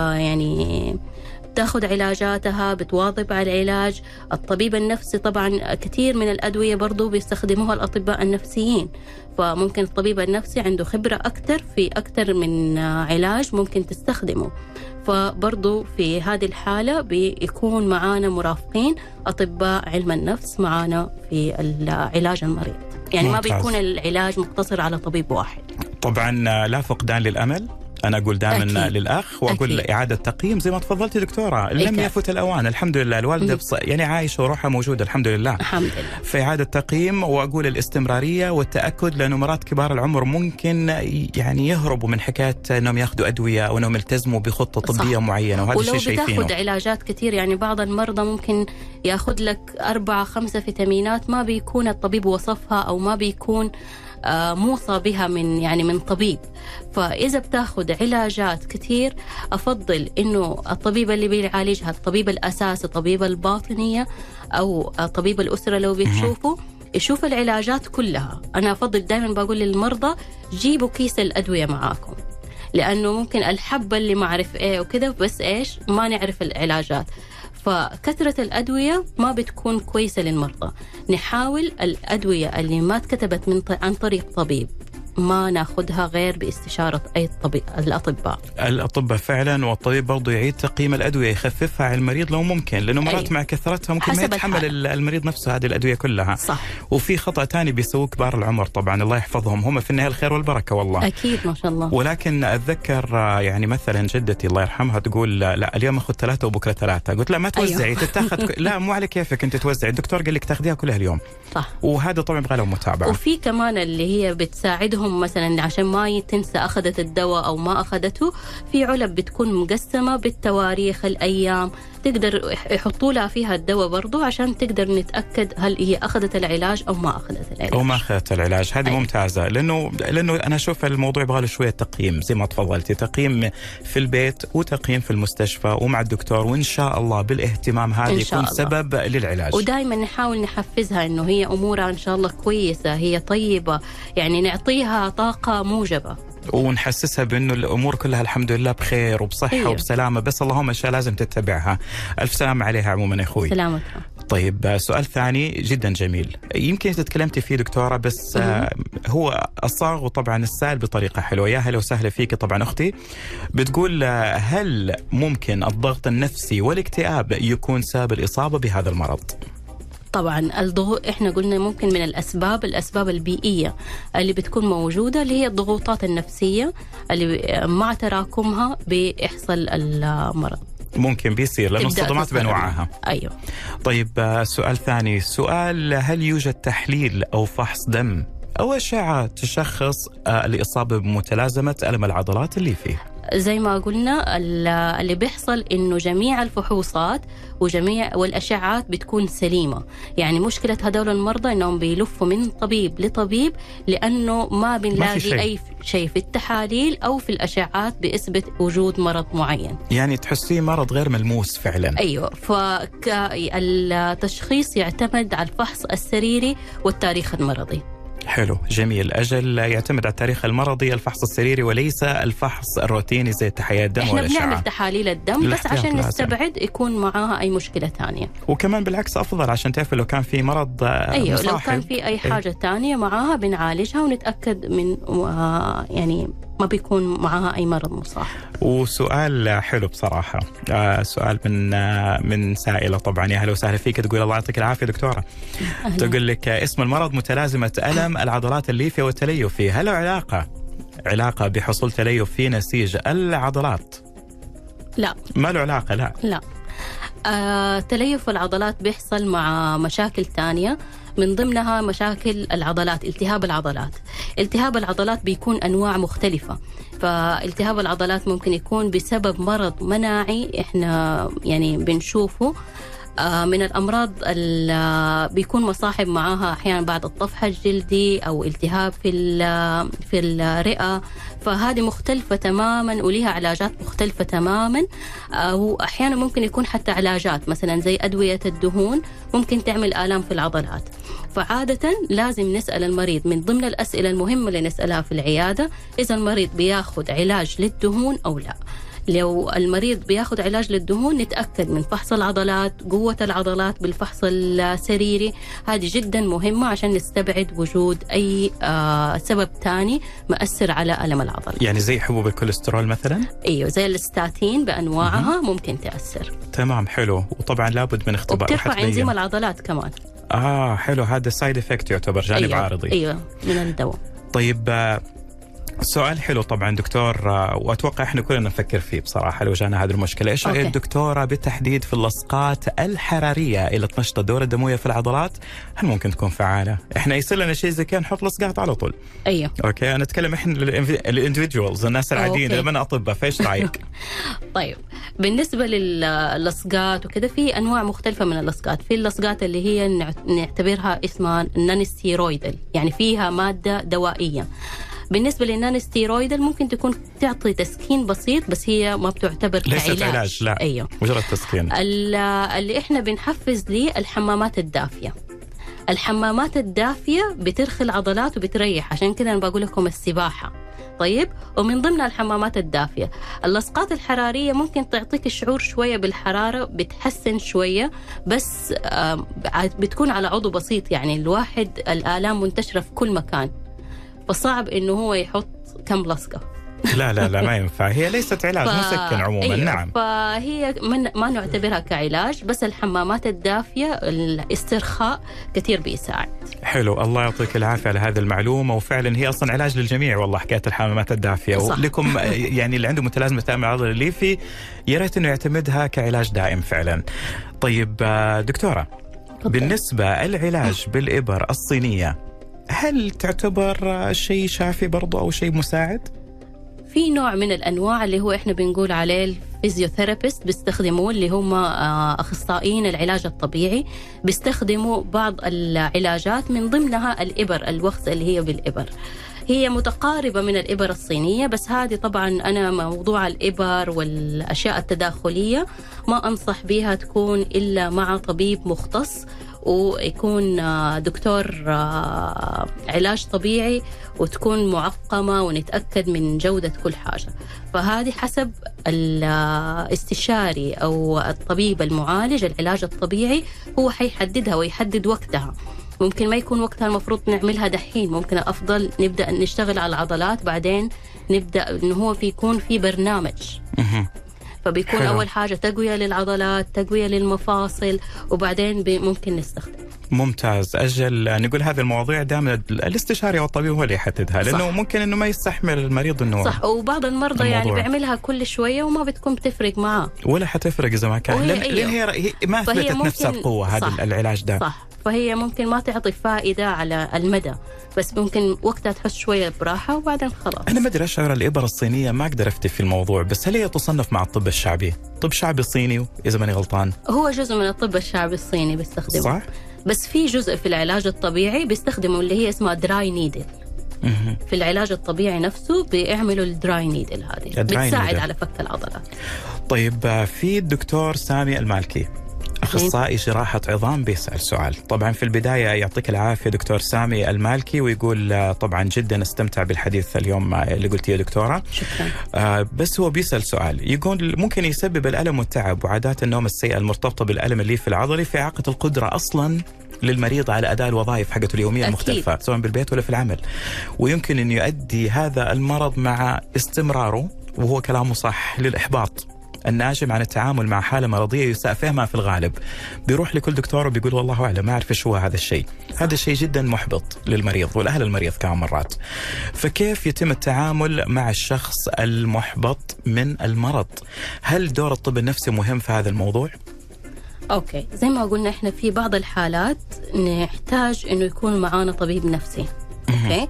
يعني تاخذ علاجاتها، بتواظب على العلاج. الطبيب النفسي طبعا كثير من الأدوية برضو بيستخدموها الأطباء النفسيين، فممكن الطبيب النفسي عنده خبرة أكثر في أكثر من علاج ممكن تستخدمه. فبرضو في هذه الحالة بيكون معانا مرافقين أطباء علم النفس معانا في العلاج المريض، يعني ممتاز. ما بيكون العلاج مقتصر على طبيب واحد. طبعا لا فقدان للأمل، أنا أقول دائما للأخ، وأقول أكيد. إعادة تقييم زي ما تفضلتي دكتورة، لم يفت الأوان. الحمد لله الوالدة يعني عايشة وروحها موجودة الحمد لله. الحمد لله. في إعادة تقييم، وأقول الاستمرارية والتأكد، لأنه مرات كبار العمر ممكن يعني يهربوا من حكاية أنهم يأخذوا أدوية أو أنهم يلتزموا بخطة طبية معينة، وهذا الشيء شايفينه. ولو بتاخد علاجات كثير، يعني بعض المرضى ممكن يأخذ لك 4-5 فيتامينات ما بيكون الطبيب وصفها أو ما بيكون موصى بها من طبيب. فإذا بتاخد علاجات كتير، أفضل إنه الطبيب اللي بيعالجها، الطبيب الأساسي، طبيب الباطنية أو طبيب الأسرة لو بتشوفوا، يشوف العلاجات كلها. أنا أفضل دائما بقول للمرضى جيبوا كيس الأدوية معاكم، لأنه ممكن الحبة اللي ما أعرف إيه وكذا، بس إيش ما نعرف العلاجات. فكثرة الأدوية ما بتكون كويسة للمرضى. نحاول الأدوية اللي ما اتكتبت عن طريق طبيب ما ناخدها غير باستشارة أي الأطباء فعلا. والطبيب برضو يعيد تقييم الأدوية، يخففها على المريض لو ممكن، لأنه مرات مع كثرتها ممكن ما يتحمل المريض نفسه هذه الأدوية كلها. صح. وفي خطأ تاني بيسووه كبار العمر، طبعا الله يحفظهم، هم في النهاية الخير والبركة والله. أكيد ما شاء الله. ولكن أتذكر يعني مثلا جدتي الله يرحمها تقول لا اليوم أخذ 3 وبكرة 3. قلت لا ما توزعي. أيوه. تتاخذ لا مو على كيفك أنت توزعي، الدكتور قال لك تاخذيها كلها اليوم. صح. وهذا طبعا يبغى لهم متابعة. وفي كمان اللي هي بتساعدهم مثلا عشان ما تنسى أخذت الدواء أو ما أخذته، في علب بتكون مقسمة بالتواريخ الأيام، تقدر يحطوا لها فيها الدواء برضو عشان تقدر نتأكد هل هي أخذت العلاج أو ما أخذت العلاج. أو ما أخذت العلاج. هذه ممتازة، لأنه أنا أشوف الموضوع يبغى له شوية تقييم زي ما تفضلتي، تقييم في البيت وتقييم في المستشفى ومع الدكتور، وإن شاء الله بالاهتمام هذا يكون سبب للعلاج. ودائما نحاول نحفزها إنه هي أمورها إن شاء الله كويسة، هي طيبة، يعني نعطيها طاقة موجبة ونحسسها بأنه الأمور كلها الحمد لله بخير وبصحة. أيوه. وبسلامة، بس اللهم أشياء لازم تتبعها. ألف سلامة عليها عموما يا أخوي. سلامتها. طيب سؤال ثاني جدا جميل، يمكن تتكلمتي فيه دكتورة، بس هو الصاغ وطبعا السائل بطريقة حلوة. يا هلا وسهلا فيك طبعا أختي. بتقول هل ممكن الضغط النفسي والاكتئاب يكون سبب الإصابة بهذا المرض؟ طبعا الضغوط احنا قلنا ممكن من الأسباب البيئية اللي بتكون موجودة، اللي هي الضغوطات النفسية اللي مع تراكمها بيحصل المرض. ممكن بيصير لأنه الصدمات بأنواعها. أيوه. طيب سؤال ثاني، هل يوجد تحليل أو فحص دم أو أشعة تشخص الإصابة بمتلازمة ألم العضلات اللي فيه؟ زي ما قلنا اللي بيحصل إنه جميع الفحوصات والأشعات بتكون سليمة. يعني مشكلة هدول المرضى إنهم بيلفوا من طبيب لطبيب لأنه ما بنلاقي أي شيء في التحاليل أو في الأشعات بيثبت وجود مرض معين. يعني تحسيه مرض غير ملموس فعلا. أيوة. فالتشخيص يعتمد على الفحص السريري والتاريخ المرضي. حلو، جميل. أجل يعتمد على التاريخ المرضي الفحص السريري وليس الفحص الروتيني زي تحاليل الدم والأشعة. احنا بنعمل تحاليل الدم بس عشان نستبعد يكون معاها أي مشكلة تانية. وكمان بالعكس أفضل عشان تعرف لو كان في مرض أيوة مصاحب. لو كان في أي حاجة تانية معاها بنعالجها ونتأكد من يعني ما بيكون معاها أي مرض مصاحب. وسؤال حلو بصراحة، سؤال من سائلة طبعا. يا أهلا وسهلا فيك. تقول الله يعطيك العافية دكتورة. تقول لك اسم المرض متلازمة ألم العضلات الليفية والتليف، هل له علاقة بحصول تليف في نسيج العضلات؟ لا، ما له علاقة. لا. تليف العضلات بيحصل مع مشاكل تانية، من ضمنها مشاكل العضلات، التهاب العضلات بيكون أنواع مختلفة. فالتهاب العضلات ممكن يكون بسبب مرض مناعي احنا يعني بنشوفه. من الأمراض اللي بيكون مصاحب معاها أحيانا بعد الطفح الجلدي أو التهاب في الرئة، فهذه مختلفة تماما وليها علاجات مختلفة تماما. وأحيانا ممكن يكون حتى علاجات مثلا زي أدوية الدهون ممكن تعمل آلام في العضلات. فعادة لازم نسأل المريض من ضمن الأسئلة المهمة اللي نسألها في العيادة إذا المريض بياخد علاج للدهون أو لا. لو المريض بياخد علاج للدهون نتأكد من فحص العضلات، قوة العضلات بالفحص السريري، هذه جدا مهمة عشان نستبعد وجود أي سبب تاني مؤثر على ألم العضل. يعني زي حبوب الكوليسترول مثلا؟ أيوة، زي الستاتين بأنواعها ممكن تأثر. تمام، حلو. وطبعا لابد من اختبار وبترفع انزيم العضلات كمان. حلو، هذا سايد افكت يعتبر جانب عارضي. أيوة من الدواء. طيب سؤال حلو طبعا دكتور، وأتوقع إحنا كلنا نفكر فيه بصراحة لو جانا هذه المشكلة. إيش رأي الدكتورة بالتحديد في اللصقات الحرارية اللي تنشط الدورة الدموية في العضلات؟ هل ممكن تكون فعالة؟ إحنا يصير لنا شيء زي كذا نحط لصقات على طول. أيوه. أوكي، أنا أتكلم إحنا الانديفيدوالز، الناس العاديين اللي من أطباء، فإيش رأيك؟ طيب بالنسبة للصقات وكذا في أنواع مختلفة من اللصقات. في اللصقات اللي هي نعتبرها اسمها نون ستيرويدال، يعني فيها مادة دوائية. بالنسبة للنون ستيرويدال ممكن تكون تعطي تسكين بسيط بس هي ما بتعتبر كعلاج. ليست علاج، لا. أيوه. مجرد تسكين. اللي احنا بنحفز ليه الحمامات الدافية. الحمامات الدافية بترخي العضلات وبتريح، عشان كده أنا بقول لكم السباحة. طيب، ومن ضمن الحمامات الدافية اللصقات الحرارية ممكن تعطيك الشعور شوية بالحرارة، بتحسن شوية بس بتكون على عضو بسيط. يعني الواحد الآلام منتشرة في كل مكان، فصعب إنه هو يحط كم لصقة. لا ما ينفع، هي ليست علاج مسكن عموما. أيوة. نعم، فهي ما نعتبرها كعلاج، بس الحمامات الدافية الاسترخاء كثير بيساعد. حلو، الله يعطيك العافية على هذه المعلومة. وفعلا هي أصلا علاج للجميع والله حكاية الحمامات الدافية. ولكم يعني اللي عنده متلازمة ألم العضل الليفي يا ريت إنه يعتمدها كعلاج دائم فعلا. طيب دكتورة، بالنسبة العلاج بالإبر الصينية هل تعتبر شيء شافي برضو أو شيء مساعد؟ في نوع من الأنواع اللي هو إحنا بنقول عليه الفيزيوثيرابيست بيستخدموه، اللي هم أخصائيين العلاج الطبيعي، بيستخدموا بعض العلاجات من ضمنها الإبر، الوخز اللي هي بالإبر. هي متقاربة من الإبر الصينية، بس هذه طبعا أنا موضوع الإبر والأشياء التداخلية ما أنصح بها تكون إلا مع طبيب مختص ويكون دكتور علاج طبيعي وتكون معقمة ونتأكد من جودة كل حاجة. فهذه حسب الاستشاري أو الطبيب المعالج العلاج الطبيعي هو حيحددها ويحدد وقتها. ممكن ما يكون وقتها المفروض نعملها دحين، ممكن أفضل نبدأ نشتغل على العضلات بعدين نبدأ إنه هو يكون في برنامج. فبيكون حلو. أول حاجة تقوية للعضلات، تقوية للمفاصل، وبعدين ممكن نستخدم. ممتاز. أجل نقول هذه المواضيع دائما الاستشاري أو الطبيب هو اللي يحددها، لأنه صح. ممكن إنه ما يستحمل المريض إنه صح. وبعض المرضى يعني بيعملها كل شوية وما بتكون بتفرق معاه، ولا حتفرق إذا ما كان، لأن هي ما أثبتت نفسها بقوة هذا العلاج ده. صح. فهي ممكن ما تعطي فائدة على المدى، بس ممكن وقتها تحس شوية براحة وبعدين خلاص. أنا ما أدري أشعر الإبر الصينية ما أقدر أفتي في الموضوع، بس هل هي تصنف مع الطب الشعبي؟ طب شعبي صيني إذا ماني غلطان. هو جزء من الطب الشعبي الصيني بيستخدمه، صح؟ بس في جزء في العلاج الطبيعي بيستخدموا اللي هي اسمها دراي نيدل. في العلاج الطبيعي نفسه بيعملوا الدراي نيدل، هذه بتساعد على فك العضلات. طيب في الدكتور سامي المالكي أخصائي جراحة عظام بيسأل سؤال. طبعا في البداية يعطيك العافية دكتور سامي المالكي، ويقول طبعا جدا استمتع بالحديث اليوم اللي قلتيه دكتورة. شكرا. بس هو بيسأل سؤال، يقول ممكن يسبب الألم والتعب وعادات النوم السيئة المرتبطة بالألم اللي في العضلي في إعاقة القدرة أصلا للمريض على أداء الوظائف حقته اليومية المختلفة سواء بالبيت ولا في العمل، ويمكن أن يؤدي هذا المرض مع استمراره، وهو كلامه صح، للإحباط الناجم عن التعامل مع حالة مرضية يساء فهمها في الغالب. بيروح لكل دكتور وبيقول والله أعلم ما أعرف إيش هو هذا الشيء. هذا الشيء جدا محبط للمريض والأهل المريض كمان مرات. فكيف يتم التعامل مع الشخص المحبط من المرض؟ هل دور الطب النفسي مهم في هذا الموضوع؟ أوكي، زي ما قلنا إحنا في بعض الحالات نحتاج إنه يكون معانا طبيب نفسي. أوكي.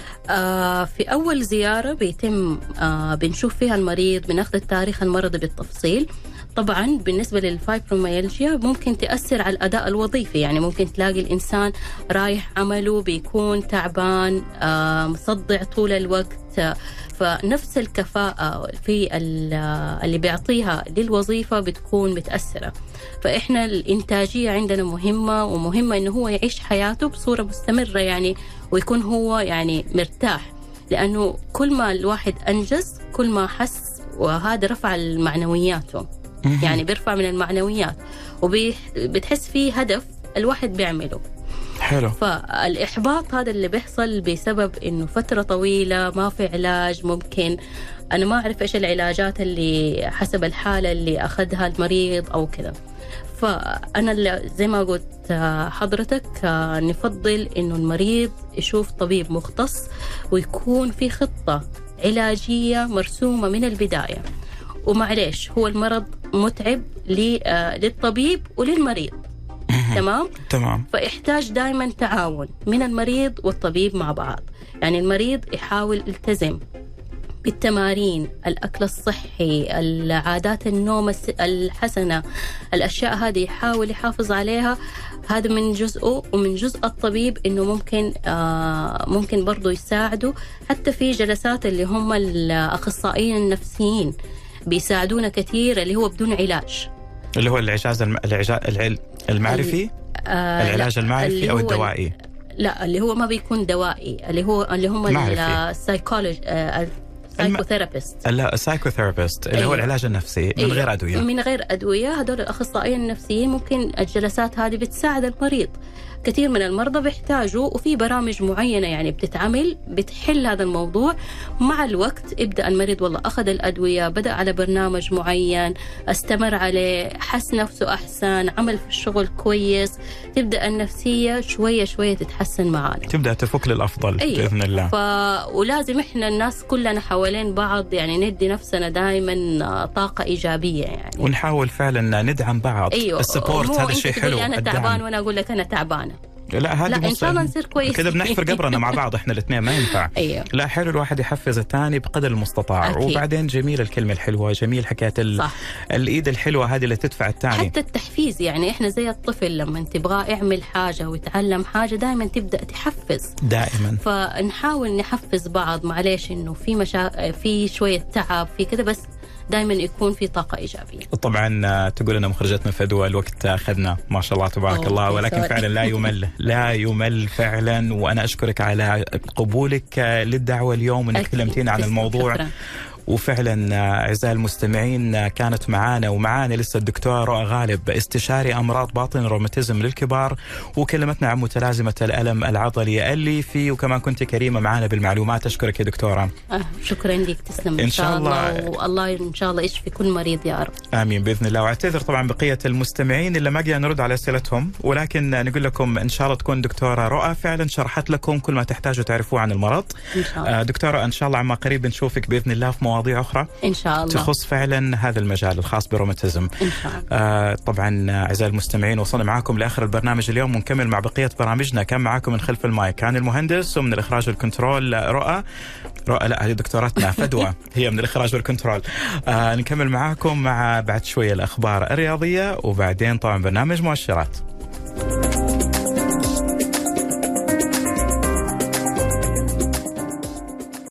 في أول زيارة بيتم بنشوف فيها المريض، بناخذ التاريخ المرضي بالتفصيل. طبعا بالنسبة للفايبروميالجيا ممكن تأثر على الأداء الوظيفي، يعني ممكن تلاقي الإنسان رايح عمله بيكون تعبان، مصدع طول الوقت، فنفس الكفاءة في اللي بيعطيها للوظيفة بتكون متأثرة. فإحنا الإنتاجية عندنا مهمة، ومهمة إنه هو يعيش حياته بصورة مستمرة يعني، ويكون هو يعني مرتاح، لأنه كل ما الواحد أنجز كل ما حس، وهذا رفع معنوياته، يعني بيرفع من المعنويات وبتحس فيه هدف الواحد بيعمله. حلو. فالإحباط هذا اللي بيحصل بسبب إنه فترة طويلة ما في علاج. ممكن أنا ما أعرف إيش العلاجات اللي حسب الحالة اللي أخذها المريض أو كذا. فأنا زي ما قلت حضرتك نفضل إنه المريض يشوف طبيب مختص، ويكون في خطة علاجية مرسومة من البداية. ومعليش هو المرض متعب للطبيب وللمريض. تمام. فيحتاج دائما تعاون من المريض والطبيب مع بعض. يعني المريض يحاول يلتزم بالتمارين، الأكل الصحي، العادات النوم الحسنة، الأشياء هذه يحاول يحافظ عليها. هذا من جزءه، ومن جزء الطبيب إنه ممكن برضو يساعده حتى في جلسات اللي هم الأخصائيين النفسيين بيساعدونا كثير، اللي هو بدون علاج، اللي هو العلاج المعرفي، العلاج المعرفي أو الدوائي. لا، اللي هو ما بيكون دوائي، اللي هم السايكولوجي، السايكوثيرابيست. لا، السايكوثيرابيست اللي هو العلاج النفسي من غير أدوية. من غير أدوية. هذول الأخصائيين النفسيين ممكن الجلسات هذه بتساعد المريض. كثير من المرضى بيحتاجوا، وفي برامج معينة يعني بتتعمل بتحل هذا الموضوع. مع الوقت يبدأ المريض والله أخذ الأدوية، بدأ على برنامج معين، استمر عليه، حس نفسه أحسن، عمل في الشغل كويس، تبدأ النفسية شوية شوية تتحسن معانا، تبدأ تفك للأفضل. بإذن الله. ولازم إحنا الناس كلنا حوالين بعض، يعني ندي نفسنا دائما طاقة إيجابية يعني، ونحاول فعلا ندعم بعض. أيوة. السبورت هذا شيء حلو. أنا تعبان وأنا أقول لك أنا تعبانة. لا، إن شاء الله نصير كويس. كذا بنحفر قبرنا مع بعض إحنا الاثنين، ما ينفع. أيوه. لا، حلو الواحد يحفز الثاني بقدر المستطاع. أكيد. وبعدين جميل الكلمة الحلوة، جميل حكاية الإيد الحلوة هذه اللي تدفع الثاني. حتى التحفيز، يعني إحنا زي الطفل لما تبغاه يعمل حاجة ويتعلم حاجة دائما تبدأ تحفز دائما. فنحاول نحفز بعض، معليش إنه في شوية تعب في كذا، بس دائما يكون في طاقة إيجابية. طبعا تقول لنا مخرجتنا فدوى الوقت أخذنا ما شاء الله تبارك الله، ولكن فعلا لا يمل فعلا. وأنا أشكرك على قبولك للدعوة اليوم، وإنك كلمتينا عن الموضوع. وفعلا أعزائي المستمعين كانت معانا ومعانا لسه الدكتورة رؤى غالب، استشاري أمراض باطن الروماتيزم للكبار، وكلمتنا عن متلازمة الألم العضلي الليفي، وكمان كنت كريمة معانا بالمعلومات. أشكرك يا دكتورة. شكرا لك، تسلم. إن شاء الله والله إن شاء الله يشفي كل مريض يا رب. آمين بإذن الله. واعتذر طبعا بقية المستمعين اللي ما قدرنا نرد على أسئلتهم، ولكن نقول لكم إن شاء الله تكون دكتورة رؤى فعلا شرحت لكم كل ما تحتاجوا تعرفوه عن المرض. إن شاء الله. دكتورة إن شاء الله عما قريب نشوفك بإذن الله في مواضيع أخرى إن شاء الله تخص فعلا هذا المجال الخاص بالروماتيزم. إن شاء الله. طبعا أعزائي المستمعين وصلنا معاكم لآخر البرنامج اليوم، ونكمل مع بقية برامجنا. كان معاكم من خلف المايك كان المهندس، ومن الإخراج والكنترول رؤى لا هذه دكتورتنا فدوى هي من الإخراج والكنترول. نكمل معاكم مع بعد شوية الأخبار الرياضية، وبعدين طبعا برنامج مؤشرات.